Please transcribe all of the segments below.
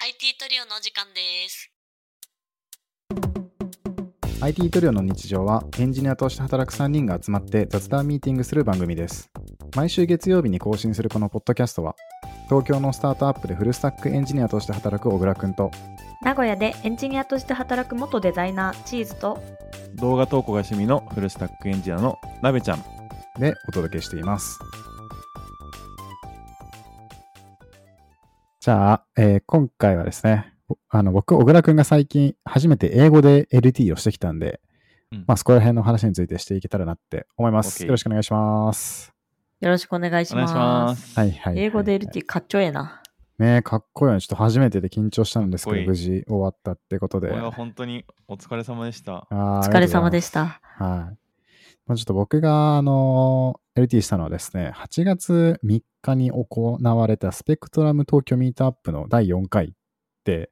IT トリオのお時間です。 IT トリオの日常はエンジニアとして働く3人が集まって雑談ミーティングする番組です。毎週月曜日に更新するこのポッドキャストは、東京のスタートアップでフルスタックエンジニアとして働く小倉くんと、 名古屋でエンジニアとして働く元デザイナーチーズと、 動画投稿が趣味のフルスタックエンジニアのなべちゃんでお届けしています。じゃあ、今回はですね、僕、小倉くんが最近初めて英語で LT をしてきたんで、そこら辺の話についてしていけたらなって思います。よろしくお願いします。 よろしくお願いします。 はいはい。 英語で LT かっちょええな。 ねえ、かっこいいよね。ちょっと初めてで緊張したんですけど、無事終わったってことで。 これは本当にお疲れ様でした。 お疲れ様でした。 はい。ちょっと僕がLT したのはですね、8月3日に行われたスペクトラム東京ミートアップの第4回で、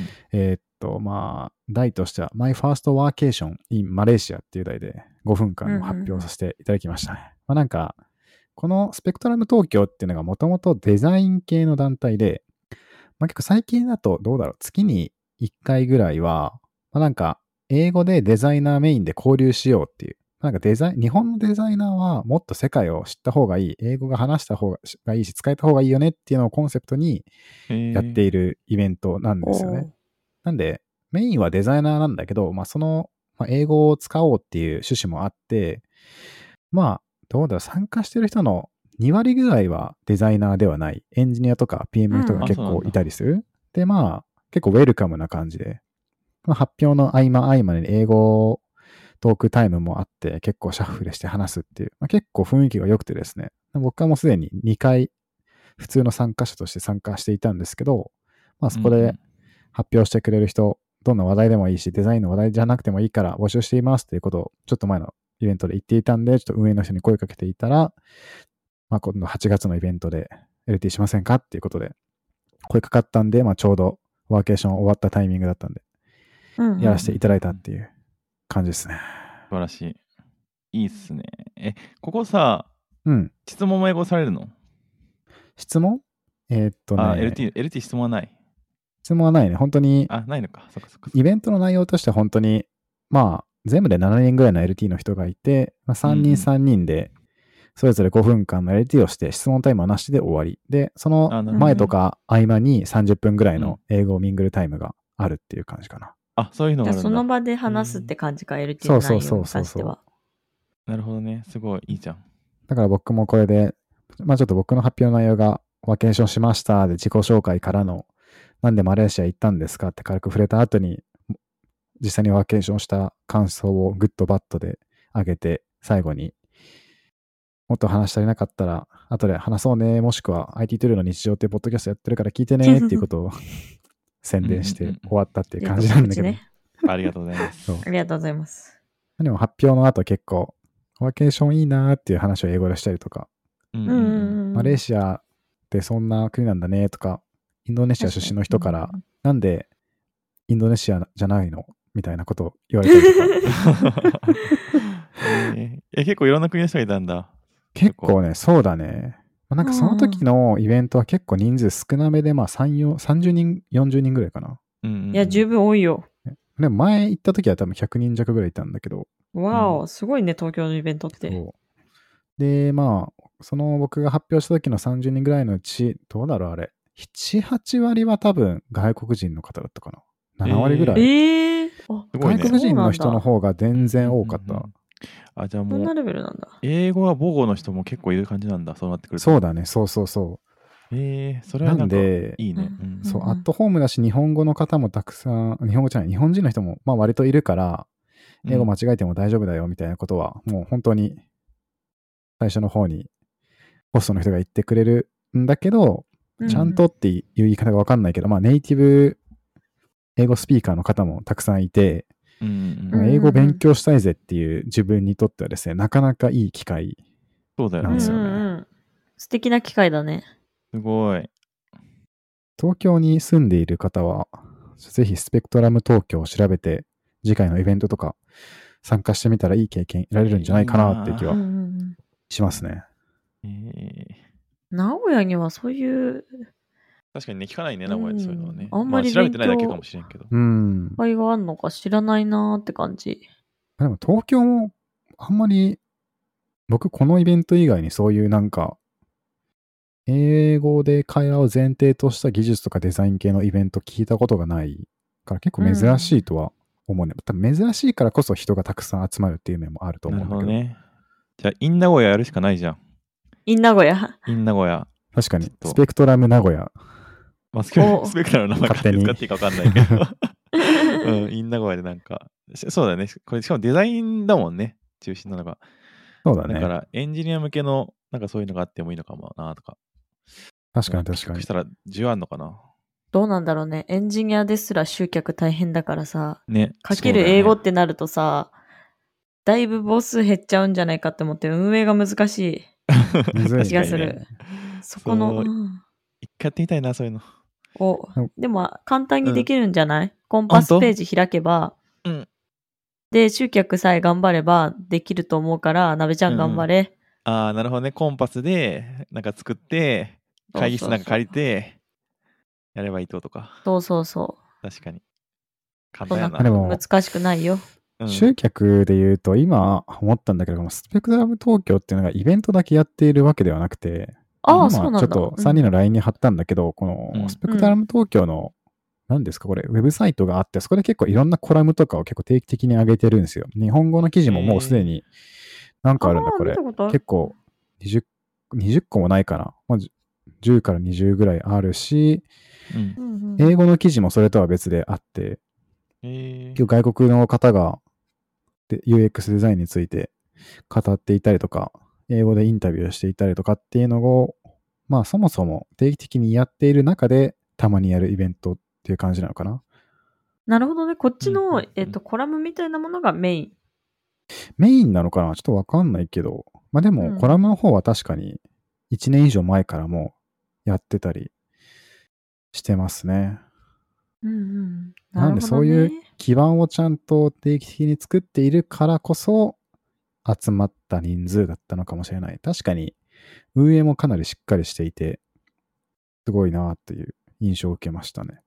題としては My First Workation in Malaysia っていう題で5分間の発表させていただきましたね。なんか、このスペクトラム東京っていうのがもともとデザイン系の団体で、結構最近だとどうだろう、月に1回ぐらいは、なんか英語でデザイナーメインで交流しようっていう、なんか日本のデザイナーはもっと世界を知った方がいい、英語が話した方がいいし、使えた方がいいよねっていうのをコンセプトにやっているイベントなんですよね。なんで、メインはデザイナーなんだけど、英語を使おうっていう趣旨もあって、どうだろう、参加してる人の2割ぐらいはデザイナーではない、エンジニアとか PM の人が結構いたりする。で、結構ウェルカムな感じで、発表の合間合間に英語トークタイムもあって、結構シャッフルして話すっていう、結構雰囲気が良くてですね、僕はもうすでに2回普通の参加者として参加していたんですけど、そこで発表してくれる人、どんな話題でもいいし、デザインの話題じゃなくてもいいから募集していますっていうことをちょっと前のイベントで言っていたんで、ちょっと運営の人に声かけていたら、今度8月のイベントで LT しませんかっていうことで声かかったんで、ちょうどワーケーション終わったタイミングだったんで、やらせていただいたっていう感じですね。 素晴らしい。いいっすね。ここさ、質問も英語されるの？ 質問 LT 質問はない。 質問はないね。本当に。 ないのか。そっか。 イベントの内容としては本当に、全部で7人ぐらいの LT の人がいて、3人3人で、それぞれ5分間の LT をして、質問タイムはなしで終わり。で、その前とか合間に30分ぐらいの英語ミングルタイムがあるっていう感じかな。 そういうのがあるんだ。 その場で話すって感じか、LT の内容に関しては。 なるほどね。すごいいいじゃん。 だから僕もこれで、ちょっと僕の発表の内容が、ワーケーションしましたで自己紹介からの、なんでマレーシア行ったんですかって軽く触れた後に、実際にワーケーションした感想をグッドバッドで上げて、最後にもっと話足りなかったら後で話そうね、もしくは IT トゥルーの日常っていうポッドキャストやってるから聞いてねっていうことを宣伝して終わったっていう感じなんだけど、 ありがとうございます。 ありがとうございます。 でも発表の後結構ワーケーションいいなーっていう話を英語でしたりとか、マレーシアってそんな国なんだねとか、インドネシア出身の人からなんでインドネシアじゃないのみたいなことを言われたりとか結構いろんな国の人がいたんだ。 結構ね、そうだね。なんかその時のイベントは結構人数少なめで、30人、40人ぐらいかな。 いや、十分多いよ。 でも前行った時は多分100人弱ぐらいいたんだけど。 わお、すごいね、東京のイベントって。 で、その僕が発表した時の30人ぐらいのうち、どうだろうあれ。7、8割は多分外国人の方だったかな。7割ぐらい。外国人の人の方が全然多かった。 じゃあもう、 そんなレベルなんだ。 英語は母語の人も結構いる感じなんだ、そうなってくると。 そうだね、そう。それはなんかいいね。 そう、アットホームだし、日本語の方もたくさん、日本人の人も割といるから、英語間違えても大丈夫だよみたいなことは、もう本当に最初の方にホストの人が言ってくれるんだけど、ちゃんとっていう言い方がわかんないけど、ネイティブ英語スピーカーの方もたくさんいて、英語勉強したいぜっていう自分にとってはですね、なかなかいい機会なんですよね。 素敵な機会だね。 すごい。 東京に住んでいる方は、ぜひスペクトラム東京を調べて、次回のイベントとか参加してみたらいい経験得られるんじゃないかなっていう気はしますね。 名古屋にはそういう確かにね、聞かないね、名古屋でそういうのはね。 あんまり調べてないだけかもしれんけど。 会があんのか知らないなーって感じ。 でも東京もあんまり、僕このイベント以外にそういうなんか、英語で会話を前提とした技術とかデザイン系のイベント聞いたことがないから結構珍しいとは思うね。多分珍しいからこそ人がたくさん集まるっていう面もあると思うんだけど。 なるほどね。じゃあ、イン名古屋やるしかないじゃん。 イン名古屋。 イン名古屋。 確かに、スペクトラム名古屋。 スペクトラムの名前勝手に使っていいか分かんないけど。イン名古屋でなんか、そうだね。これしかもデザインだもんね。中心なのが。 そうだね。 だからエンジニア向けのなんかそういうのがあってもいいのかもなとか。 確かに確かに。 したら需要あんのかな。 どうなんだろうね。エンジニアですら集客大変だからさ。 ね。 かける英語ってなるとさ、だいぶ母数減っちゃうんじゃないかって思って運営が難しい気がする。そこの、 一回やってみたいな、そういうの。 でも簡単にできるんじゃない、コンパスページ開けば、で、集客さえ頑張ればできると思うから、なべちゃん頑張れ。 ああ、なるほどね。コンパスで、なんか作って、会議室なんか借りて、やればいいってことか。 そうそうそう。 確かに。簡単やな。 でも難しくないよ。 集客で言うと、今思ったんだけど、スペクトラム東京っていうのがイベントだけやっているわけではなくて、 ああ、そうなんだ。 ちょっと3人の LINE に貼ったんだけど、このスペクトラム東京の、何ですかこれ、ウェブサイトがあって、そこで結構いろんなコラムとかを結構定期的に上げてるんですよ。日本語の記事ももうすでになんかあるんだ、これ。結構20個もないかな。まあ、10から20ぐらいあるし、英語の記事もそれとは別であって、外国の方がUX デザインについて語っていたりとか、英語でインタビューしていたりとかっていうのを、まあそもそも定期的にやっている中でたまにやるイベントっていう感じなのかな。 なるほどね。こっちの、コラムみたいなものがメイン。 メインなのかなちょっとわかんないけど、まあでもコラムの方は確かに1年以上前からもやってたりしてますね。なんでそういう基盤をちゃんと定期的に作っているからこそ集まった人数だったのかもしれない。確かに運営もかなりしっかりしていて、すごいなっていう印象を受けましたね。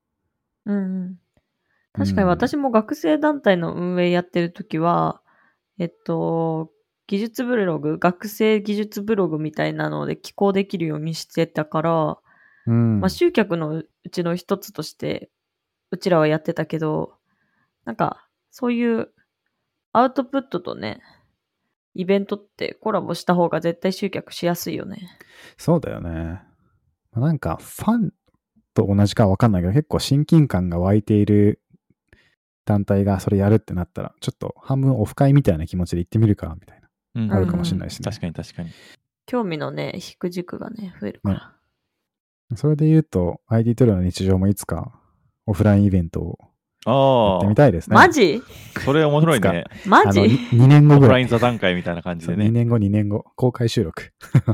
確かに私も学生団体の運営やってるときは、技術ブログ、学生技術ブログみたいなので寄稿できるようにしてたから、まあ集客のうちの一つとしてうちらはやってたけど、なんかそういうアウトプットとね、イベントってコラボした方が絶対集客しやすいよね。 そうだよね。なんかファンと同じかわかんないけど、結構親近感が湧いている団体がそれやるってなったら、ちょっと半分オフ会みたいな気持ちで行ってみるかみたいな、あるかもしれないしね。 確かに確かに。 興味のね、引く軸がね、増えるから。 それで言うと、IT トルの日常もいつかオフラインイベントをやってみたいですね。 マジ？ それ面白いね。 マジ ？2年後ぐらい。 オフライン座談会みたいな感じでね。 2年後、公開収録。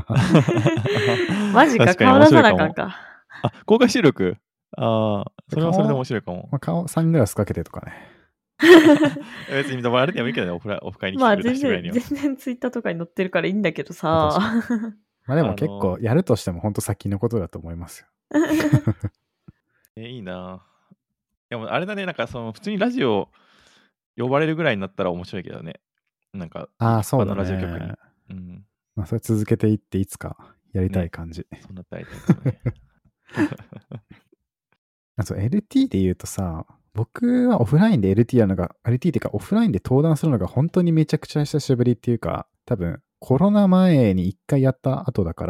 マジか、顔出さなあかんか。 あ、公開収録？ああ、それはそれで面白いかも。 顔サングラスかけてとかね。 別にあれでもいいけどね、オフ会に来てくれた人ぐらいには。 全然ツイッターとかに載ってるからいいんだけどさ。 まあでも結構やるとしても本当先のことだと思いますよ。いいな。でもあれだね、なんか普通にラジオ呼ばれるぐらいになったら面白いけどね。なんか、 そうだね。 ラジオ局に。 まあそれ続けていっていつかやりたい感じ。 そんなったりたいね。 LT で言うとさ、僕はオフラインで LT やるのが、LT っていうかオフラインで登壇するのが本当にめちゃくちゃ久しぶりっていうか、多分コロナ前に1回やった後だから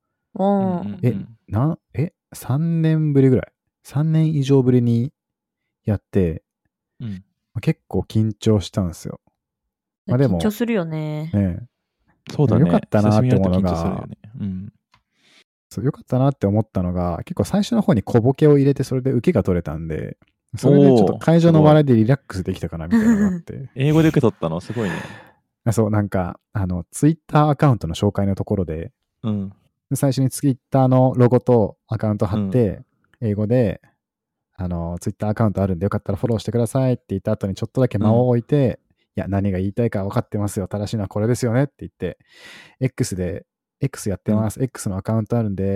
、3年ぶりぐらい ?3 年以上ぶりにやって、結構緊張したんですよ。 まあでも、緊張するよね。 そうだね。 よかったなって思うのが、 そうよかったなって思ったのが、結構最初の方に小ボケを入れてそれで受けが取れたんで、それでちょっと会場の笑いでリラックスできたかなみたいなのがあって。 英語で受け取ったのすごいね。 そう、なんか、ツイッターアカウントの紹介のところで、最初にツイッターのロゴとアカウント貼って、英語で、ツイッターアカウントあるんでよかったらフォローしてくださいって言った後にちょっとだけ間を置いて、いや、何が言いたいか分かってますよ。正しいのはこれですよねって言って、X やってます。X のアカウントあるんで、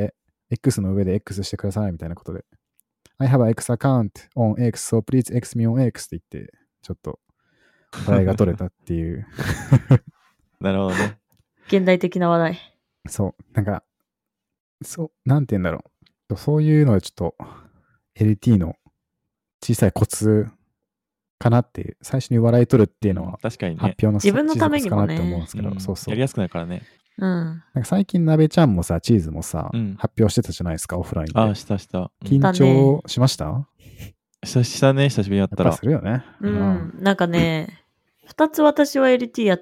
X の上で X してくださいみたいなことで。I have an X account on X, so please X me on X って言って、ちょっと話題が取れたっていう。 なるほどね。 現代的な話題。 そう、なんか、なんて言うんだろう。そういうのはちょっと LT の小さいコツかなっていう、最初に笑い取るっていうのは、 確かにね。 発表の自分のためにもね小さいコツかなって思うんですけど、そうそう。 やりやすくなるからね。 うん。 なんか最近、なべちゃんもさ、チーズもさ、発表してたじゃないですか、オフラインで。 した。 緊張しました？ したね、久しぶりにやったら。 やっぱするよね。 なんかね、2つ私は LT やって、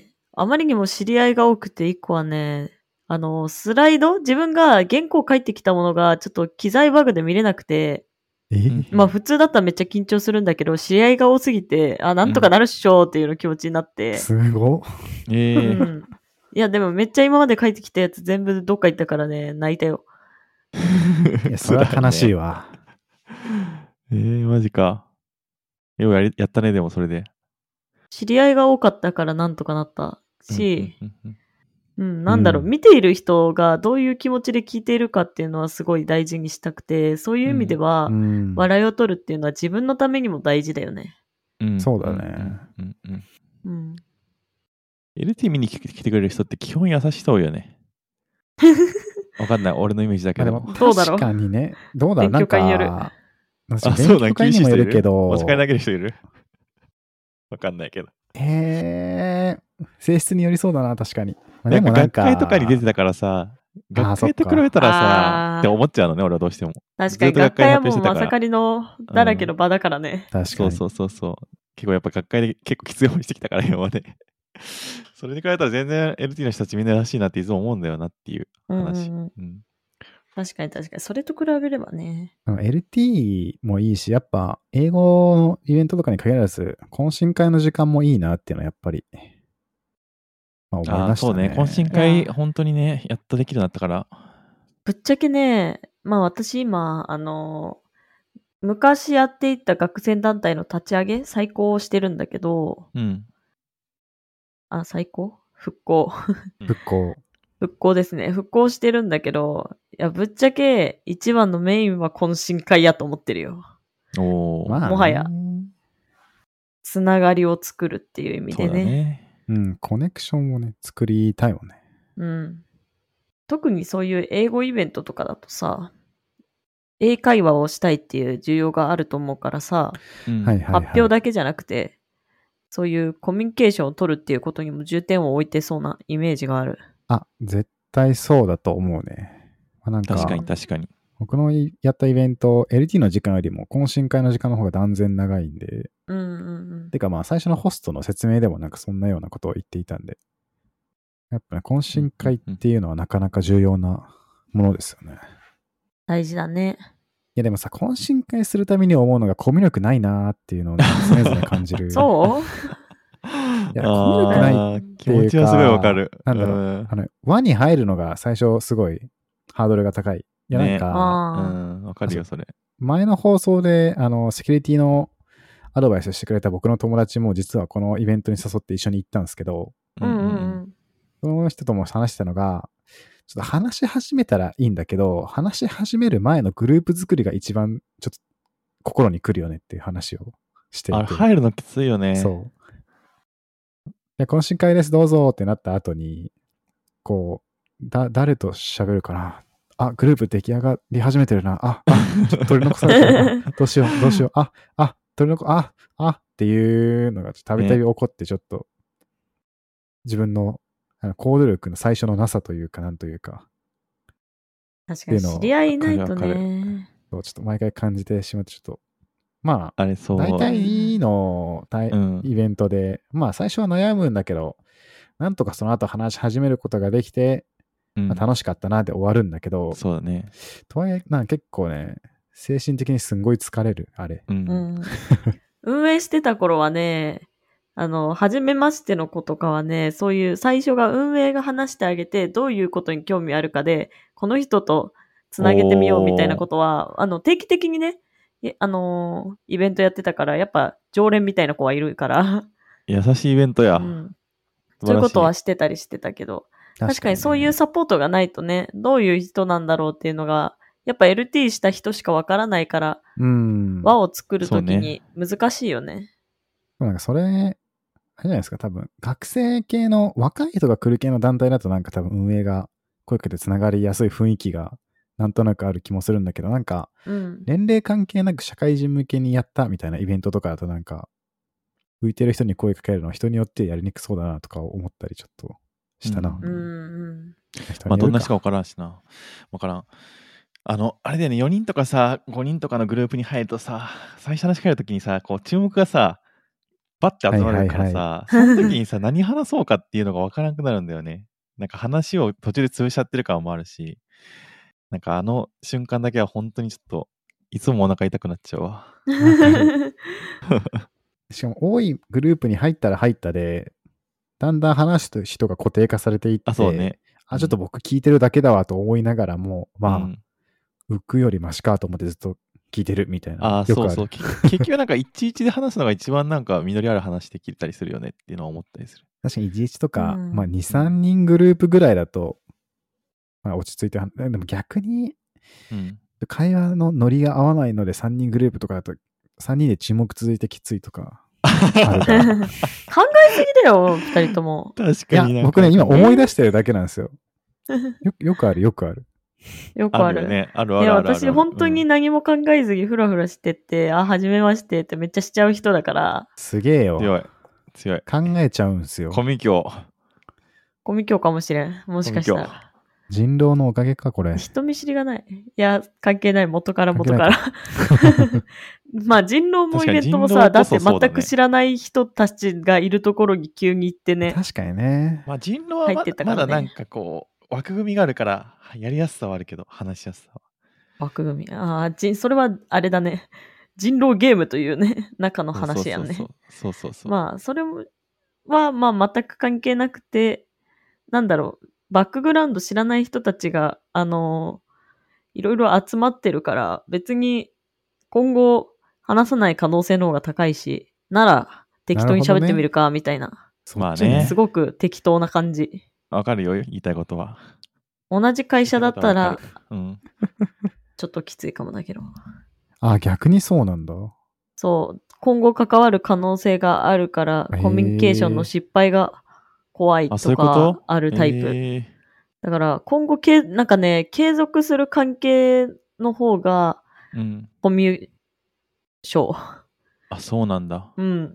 あまりにも知り合いが多くて、1個はね、スライド自分が原稿書いてきたものが、ちょっと機材バグで見れなくて、まあ普通だったらめっちゃ緊張するんだけど、知り合いが多すぎて、なんとかなるっしょっていうの気持ちになって。 すごいや、でもめっちゃ今まで書いてきたやつ全部どっか行ったからね、泣いたよ。 いや、それは悲しいわ。 マジか。ようやったね、でもそれで。 知り合いが多かったからなんとかなったし、なんだろう、見ている人がどういう気持ちで聞いているかっていうのはすごい大事にしたくて、そういう意味では、笑いを取るっていうのは自分のためにも大事だよね。 そうだね。 LT 見に来てくれる人って基本優しそうよね。わかんない、俺のイメージだけど。 どうだろう。 確かにね、どうだろう、なんか、 そうだ、厳しい人いるけど、 お使い投げる人いるわかんないけど。 性質によりそうだな、確かに。 でも学会とかに出てたからさ、学会と比べたらさ、って思っちゃうのね、俺はどうしても。 確かに学会はもうまさかりのだらけの場だからね。 確かに。 そう。結構やっぱ学会で結構きつい思いしてきたから、今まで。それに比べたら全然 LT の人たちみんならしいなっていつも思うんだよなっていう話。 確かに。それと比べればね。 LT もいいし、やっぱ英語のイベントとかに限らず、懇親会の時間もいいなっていうのはやっぱり、思いましたね。 そうね、懇親会本当にね、やっとできるようになったから。 ぶっちゃけね、まあ私今、昔やっていた学生団体の立ち上げ、再興をしてるんだけど、再興？復興。復興ですね。復興してるんだけど、いや、ぶっちゃけ一番のメインは懇親会やと思ってるよ。もはや。つながりを作るっていう意味でね。 コネクションをね、作りたいもんね。 特にそういう英語イベントとかだとさ、英会話をしたいっていう需要があると思うからさ、発表だけじゃなくて、そういうコミュニケーションを取るっていうことにも重点を置いてそうなイメージがある。 絶対そうだと思うね。なんか確かに。 僕のやったイベント、LT の時間よりも懇親会の時間の方が断然長いんで。てかまあ最初のホストの説明でもなんかそんなようなことを言っていたんで。やっぱね、懇親会っていうのはなかなか重要なものですよね。 大事だね。 いやでもさ、懇親会するために思うのがコミュ力ないなーっていうのを、ね、常々感じる。 そういや、コミュ力ないっていうか、 気持ちはすごいわかる。 なんだろう、輪に入るのが最初すごいハードルが高い。いや、なんか、 わかるよ、それ。 前の放送で、セキュリティのアドバイスしてくれた僕の友達も実はこのイベントに誘って一緒に行ったんですけど、その人とも話してたのが、ちょっと話し始めたらいいんだけど、話し始める前のグループ作りが一番ちょっと心に来るよねっていう話をしていて。 入るのきついよね。 そう。懇親会ですどうぞってなった後に、こう、誰と喋るかな。グループ出来上がり始めてるな。ちょっと取り残されてるな。どうしよう。っていうのがたびたび起こってちょっと、自分の行動力の最初のなさというか、なんというか。 確かに知り合いいないとね。 ちょっと毎回感じてしまって、ちょっと、まあ、大体のイベントで、まあ最初は悩むんだけど、なんとかその後話し始めることができて、楽しかったなって終わるんだけど、 そうだね。 とはいえ、結構ね、精神的にすんごい疲れる、あれ。 運営してた頃はね、初めましての子とかはね、そういう最初が運営が話してあげて、どういうことに興味あるかで、この人とつなげてみようみたいなことは、定期的にね、イベントやってたから、やっぱ常連みたいな子はいるから。 優しいイベントや。 そういうことはしてたりしてたけど、 確かにそういうサポートがないとね、どういう人なんだろうっていうのが、やっぱ LT した人しかわからないから、輪を作るときに難しいよね。 なんかそれ、あれじゃないですか、多分、学生系の、若い人が来る系の団体だとなんか多分運営が声かけてつながりやすい雰囲気がなんとなくある気もするんだけど、なんか、年齢関係なく社会人向けにやったみたいなイベントとかだとなんか、浮いてる人に声かけるのは人によってやりにくそうだなとか思ったりちょっとしたな。 まあどんな人か分からんしな。分からん。あれだよね、4人とかさ、5人とかのグループに入るとさ、最初話しかけるときにさ、こう注目がさ、バッて集まるからさ、その時にさ、何話そうかっていうのが分からなくなるんだよね。なんか話を途中で潰しちゃってる感もあるし、なんか瞬間だけは本当にちょっと、いつもお腹痛くなっちゃうわ。 しかも多いグループに入ったら入ったで、だんだん話す人が固定化されていって、 そうね。 ちょっと僕聞いてるだけだわと思いながらも、まあ、浮くよりマシかと思ってずっと聞いてるみたいな。 そうそう。結局なんか11で話すのが一番なんか実りある話できたりするよねっていうのは思ったりする。 確かに11とか、まあ2、3人グループぐらいだと、まあ落ち着いて、でも逆に、会話のノリが合わないので3人グループとかだと、3人で沈黙続いてきついとか。 考えすぎだよ、2人とも。 確かに。 いや、僕ね、今思い出してるだけなんですよ。よくある。 よくある。 ね、ある。 いや、私本当に何も考えずにフラフラしてって、初めましてってめっちゃしちゃう人だから。 すげえよ。 強い。 考えちゃうんすよ。 コミュ強かもしれん。もしかしたら。 人狼のおかげか、これ。 人見知りがない。いや、関係ない。元から。まあ、人狼もイベントもさ、だって全く知らない人たちがいるところに急に行ってね。 確かにね。 まあ、人狼はまだなんかこう、枠組みがあるから、やりやすさはあるけど、話しやすさは。 枠組み。それはあれだね。人狼ゲームというね、中の話やんね。 そう。 まあ、それは、まあ、全く関係なくて、なんだろう。バックグラウンド知らない人たちが、いろいろ集まってるから、別に今後話さない可能性の方が高いし、なら適当に喋ってみるか、みたいな。 まあね。 すごく適当な感じ。 わかるよ、言いたいことは。 同じ会社だったら、ちょっときついかもだけど。 逆にそうなんだ。 そう。今後関わる可能性があるから、コミュニケーションの失敗が怖いとかあるタイプ。だから今後なんかね、継続する関係の方が、コミュ障。 そうなんだ。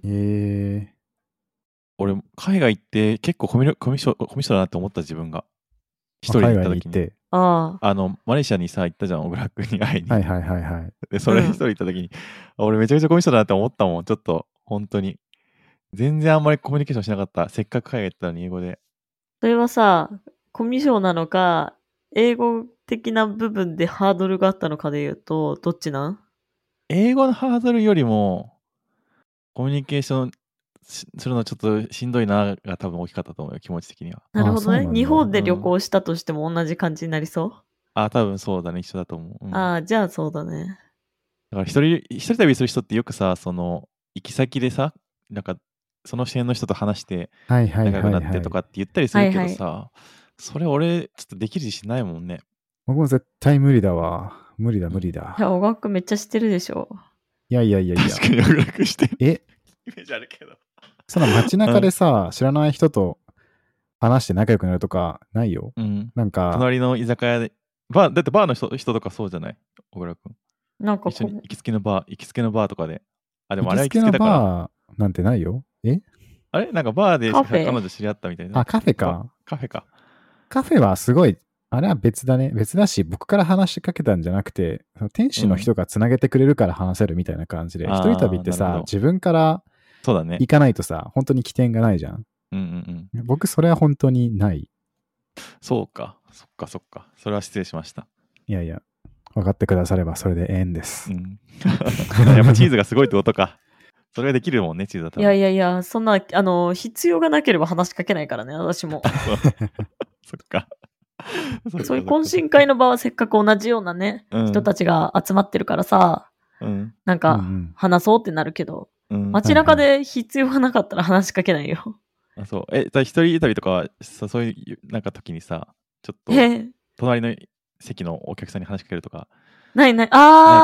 俺、 海外行って結構コミュ障だなって思った自分が。一人で行った時に。マレーシアにさ、行ったじゃん、小倉君に会いに。で、それ一人行った時に、俺めちゃくちゃコミュ障だなって思ったもん、ちょっと、本当に。全然あんまりコミュニケーションしなかった。せっかく海外行ったのに英語で。 それはさ、コミュ障なのか、英語的な部分でハードルがあったのかで言うと、どっちなん？ 英語のハードルよりも、コミュニケーションするのちょっとしんどいなが多分大きかったと思うよ、気持ち的には。 なるほどね。日本で旅行したとしても同じ感じになりそう？ 多分そうだね、一緒だと思う。じゃあそうだね。 だから一人旅する人ってよくさ、行き先でさ、なんか、その支援の人と話して、仲良くなってとかって言ったりするけどさ、それ俺、ちょっとできる自信ないもんね。 僕も絶対無理だわ。無理だ。 いや、小学めっちゃ知ってるでしょ。 いや。 確かに小学してる。イメージあるけど。 その街中でさ、知らない人と話して仲良くなるとかないよ。なんか。 隣の居酒屋で、だってバーの人とかそうじゃない小倉君。 なんか一緒に行きつけのバーとかで。でもあれは行きつけだから。バーなんてないよ。 あれなんかバーで彼女知り合ったみたいな。 カフェか。 カフェか。 カフェはすごい、あれは別だね。別だし、僕から話しかけたんじゃなくて、店主の人がつなげてくれるから話せるみたいな感じで、一人旅ってさ、自分から行かないとさ、本当に起点がないじゃん。僕、それは本当にない。 そうか。そっか。それは失礼しました。 いや。分かってくださればそれでええんです。 やっぱチーズがすごいってことか。それができるもんね、チーズだったら。 いや、そんな、必要がなければ話しかけないからね、私も。 そっか。 そういう懇親会の場はせっかく同じようなね、人たちが集まってるからさ、なんか、話そうってなるけど、街中で必要がなかったら話しかけないよ。 あ、そう。じゃあ一人旅とかはさ、そういうなんか時にさ、ちょっと隣の席のお客さんに話しかけるとか、 ないない。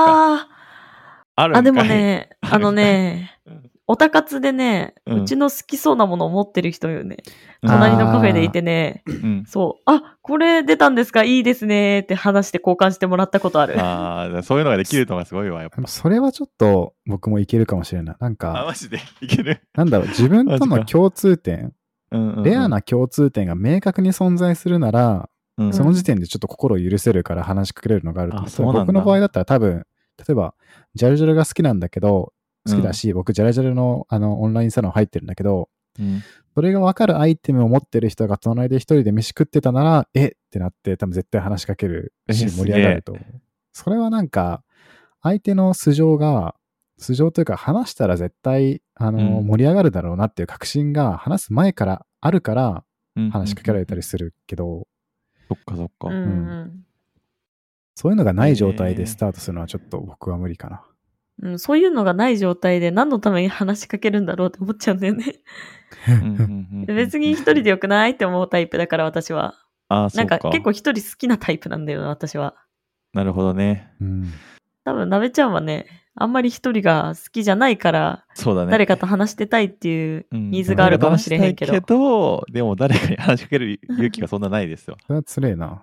でもあるんかい。 ね、 あるんかい。 オタ活でね、 うんうちの好きそうなものを持ってる人よね。 うん隣のカフェでいてね、 うん。 そう、これ出たんですかいいですねって話して交換してもらったことある。 そういうのができるのがすごいわ、やっぱ。 それはちょっと僕もいけるかもしれない。なんか、 マジでいける。 なんだろう、自分との共通点、レアな共通点が明確に存在するなら、その時点でちょっと心を許せるから話しかけれるのがあると思う。僕の場合だったら多分、例えば、ジャルジャルが好きなんだけど、好きだし、僕、ジャルジャルのオンラインサロン入ってるんだけど、それが分かるアイテムを持ってる人が隣で一人で飯食ってたなら、ってなって、多分絶対話しかけるし、盛り上がると思う。それはなんか、相手の素性というか、話したら絶対、盛り上がるだろうなっていう確信が話す前からあるから、話しかけられたりするけど、 そっかそっか。 そういうのがない状態でスタートするのはちょっと僕は無理かな。 そういうのがない状態で何のために話しかけるんだろうって思っちゃうんだよね。別に一人でよくないって思うタイプだから私は。なんか結構一人好きなタイプなんだよな、私は。 なるほどね。 多分、なべちゃんはね、あんまり一人が好きじゃないから、 そうだね。 誰かと話してたいっていうニーズがあるかもしれへんけど。 でも誰かに話しかける勇気がそんなないですよ。 それはつれえな。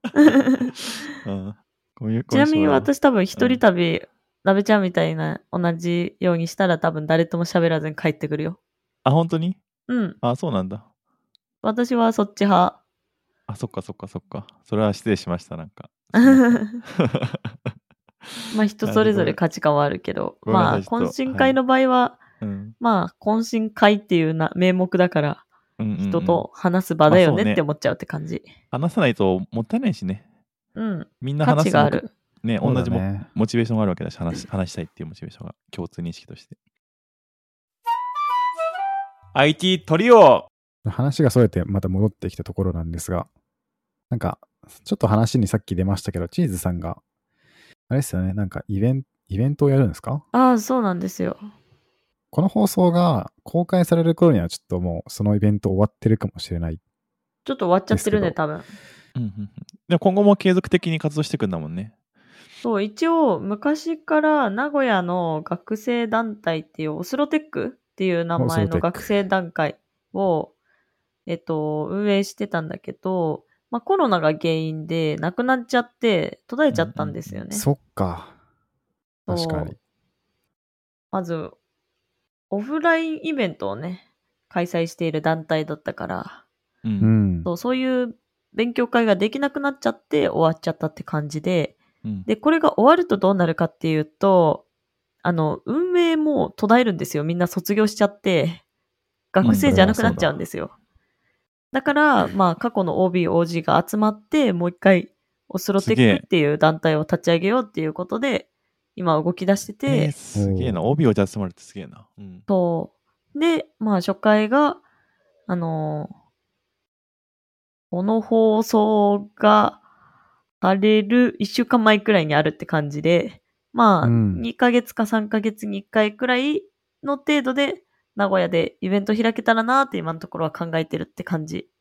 ちなみに私多分一人旅、なべちゃんみたいな同じようにしたら多分誰とも喋らずに帰ってくるよ。 本当に？ うん。 そうなんだ。 私はそっち派。 そっか。それは失礼しました、なんか。 まあ人それぞれ価値観はあるけど、まあ懇親会の場合は、まあ懇親会っていう名目だから、人と話す場だよねって思っちゃうって感じ。 話さないともったいないしね。みんな話すがある。 ね、同じモチベーションがあるわけだし、話したいっていうモチベーションが共通認識として。IT トリオ！ 話がそれてまた戻ってきたところなんですが、なんか、ちょっと話にさっき出ましたけど、チーズさんが、あれですよね、なんかイベントをやるんですか？ そうなんですよ。 この放送が公開される頃にはちょっともうそのイベント終わってるかもしれない。 ちょっと終わっちゃってるね、多分。 でも今後も継続的に活動していくんだもんね。 そう、一応昔から名古屋の学生団体っていうオスロテックっていう名前の学生団体を、運営してたんだけど、まあコロナが原因でなくなっちゃって途絶えちゃったんですよね。 そっか。確かに。 まず、オフラインイベントをね、開催している団体だったから、そういう勉強会ができなくなっちゃって終わっちゃったって感じで、で、これが終わるとどうなるかっていうと、運営も途絶えるんですよ。みんな卒業しちゃって、学生じゃなくなっちゃうんですよ。だから、まあ、過去の OB、OG が集まって、もう一回、オスロテックっていう団体を立ち上げようっていうことで、今動き出してて。 すげえな。OB を集まるってすげえな。 そう。で、まあ、初回が、この放送がされる1週間前くらいにあるって感じで、まあ、2ヶ月か3ヶ月に1回くらいの程度で、名古屋でイベント開けたらなーって今のところは考えてるって感じ。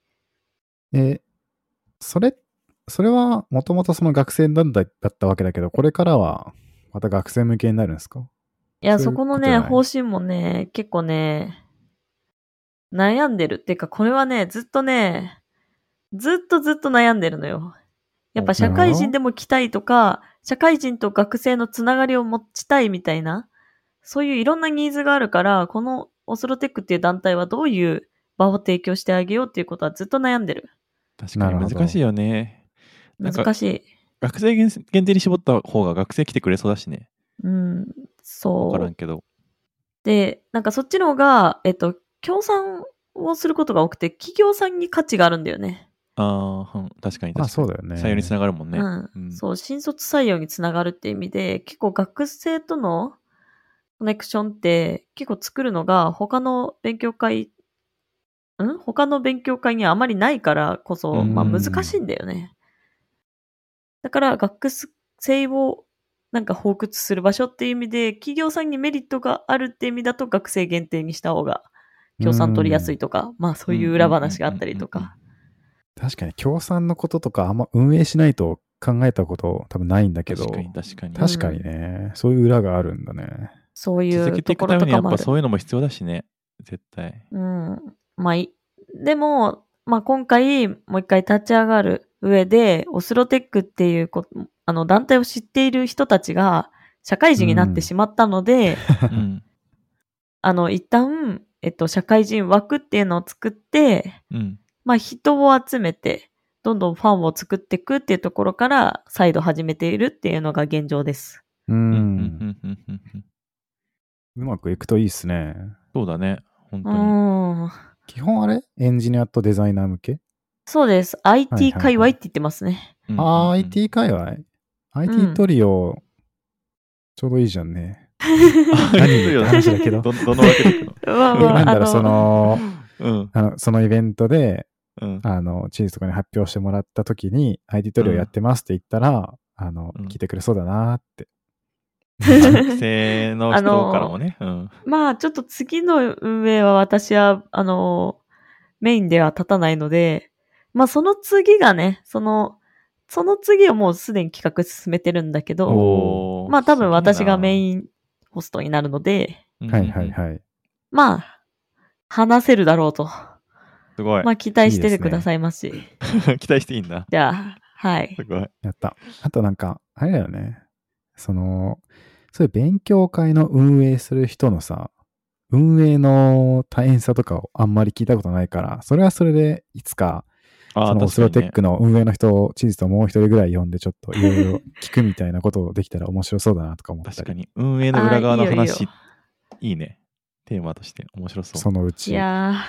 それはもともとその学生団体だったわけだけど、これからはまた学生向けになるんですか？ いや、そこのね、方針もね、結構ね、悩んでるっていうか、これはね、ずっと悩んでるのよ。やっぱ社会人でも来たいとか、社会人と学生のつながりを持ちたいみたいな、そういういろんなニーズがあるから、このオスロテックっていう団体はどういう場を提供してあげようっていうことはずっと悩んでる。 確かに難しいよね。 難しい。 学生限定に絞った方が学生来てくれそうだしね。 そう。 わからんけど。 で、なんかそっちの方が、協賛をすることが多くて、企業さんに価値があるんだよね。 確かに。 そうだよね。 採用につながるもんね。 そう、新卒採用につながるって意味で、結構学生とのコネクションって結構作るのが他の勉強会にはあまりないからこそ、まあ難しいんだよね。だから学生をなんか彷彿する場所っていう意味で、企業さんにメリットがあるって意味だと学生限定にした方が協賛取りやすいとか、まあそういう裏話があったりとか。 確かに協賛のこととかあんま運営しないと考えたこと多分ないんだけど、確かにね、そういう裏があるんだね。 そういうところとかもある。 続けていくためにやっぱそういうのも必要だしね、絶対。 まあでも、まあ今回もう一回立ち上がる上で、オスロテックっていう団体を知っている人たちが社会人になってしまったので、一旦、社会人枠っていうのを作って、まあ人を集めて、どんどんファンを作っていくっていうところから再度始めているっていうのが現状です。 うまくいくといいっすね。 そうだね、本当に。 基本あれエンジニアとデザイナー向け？ そうです。IT 界隈って言ってますね。 IT 界隈？ IT トリオ、ちょうどいいじゃんね。 何言う話だけど。どのわけだけど。 なんだろう、そのイベントで、チーズとかに発表してもらった時に、IT トリオやってますって言ったら、聞いてくれそうだなって。 学生の人からもね。 まあ、ちょっと次の運営は私は、メインでは立たないので、まあ、その次がね、その次はもうすでに企画進めてるんだけど、まあ、多分私がメインホストになるので、まあ、話せるだろうと。 すごい。 まあ、期待しててくださいまし。 期待していいんだ。 じゃあ、はい。 すごい。 やった。あとなんか、あれだよね。そういう勉強会の運営する人のさ、運営の大変さとかをあんまり聞いたことないから、それはそれでいつか、そのオスロテックの運営の人をチーズともう一人ぐらい呼んでちょっといろいろ聞くみたいなことをできたら面白そうだなとか思ったり。 確かに。運営の裏側の話、いいね。テーマとして面白そう。 そのうち。 いや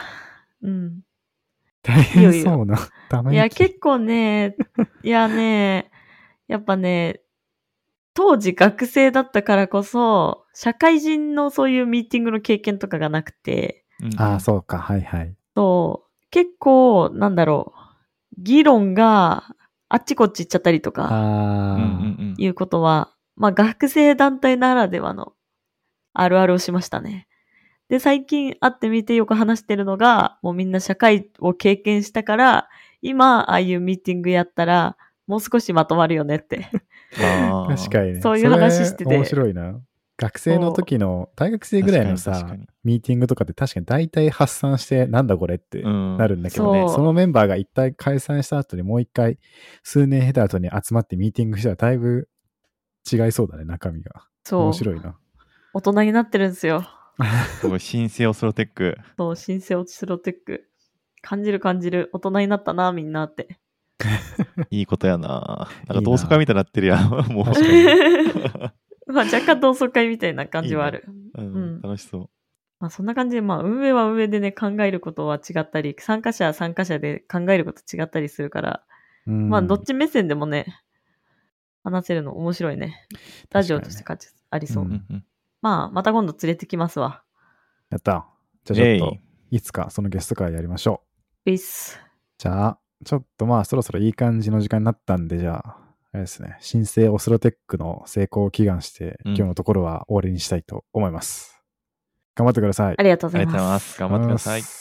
大変そうな。 いや、結構ね、やっぱね、当時学生だったからこそ、社会人のそういうミーティングの経験とかがなくて。 そうか、はいはい。 結構、なんだろう、議論があっちこっち行っちゃったりとか、いうことは、まあ学生団体ならではのあるあるをしましたね。で、最近会ってみてよく話してるのが、もうみんな社会を経験したから、今、ああいうミーティングやったら、もう少しまとまるよねって。 確かにね。 そういう話してて。 面白いな。学生の時の、大学生ぐらいのさ、ミーティングとかって確かに大体発散して、なんだこれってなるんだけどね、そのメンバーが一体解散した後にもう一回、数年経た後に集まってミーティングしたらだいぶ違いそうだね、中身が。面白いな。 大人になってるんですよ。 すごい、新生オスロテック。 そう、新生オスロテック。感じる。大人になったな、みんなって。 いいことやな。なんか同窓会みたいになってるやん。もうまあ若干同窓会みたいな感じはある。 楽しそう。 まあそんな感じで、まあ運営は運営でね、考えることは違ったり、参加者は参加者で考えること違ったりするから、まあどっち目線でもね、話せるの面白いね。ラジオとして価値ありそう。まあまた今度連れてきますわ。 やった。じゃあちょっと、いつかそのゲスト会やりましょう。 じゃあ、ちょっとまあそろそろいい感じの時間になったんで、じゃあ、あれですね、新生オスロテックの成功を祈願して、今日のところは終わりにしたいと思います。頑張ってください。 ありがとうございます。 頑張ってください。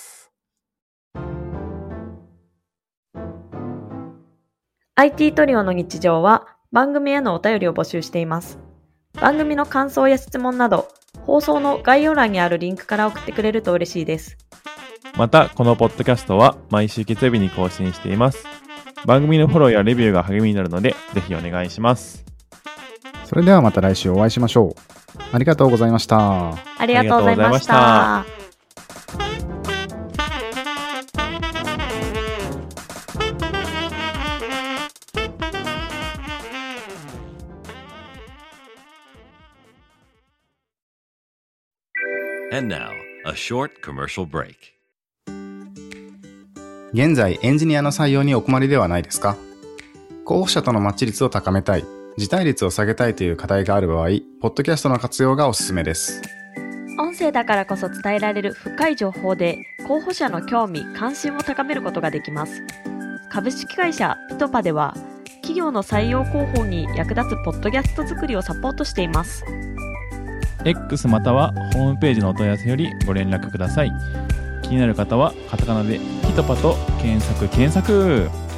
IT トリオの日常は番組へのお便りを募集しています。番組の感想や質問など、放送の概要欄にあるリンクから送ってくれると嬉しいです。 また、このポッドキャストは毎週月曜日に更新しています。番組のフォローやレビューが励みになるので、ぜひお願いします。 それではまた来週お会いしましょう。ありがとうございました。 ありがとうございました。 And now, a short commercial break. 現在エンジニアの採用にお困りではないですか？候補者とのマッチ率を高めたい、辞退率を下げたいという課題がある場合、ポッドキャストの活用がおすすめです。 音声だからこそ伝えられる深い情報で、候補者の興味・関心を高めることができます。株式会社ピトパでは、企業の採用広報に役立つポッドキャスト作りをサポートしています。 X またはホームページのお問い合わせよりご連絡ください。 気になる方はカタカナでピトパと検索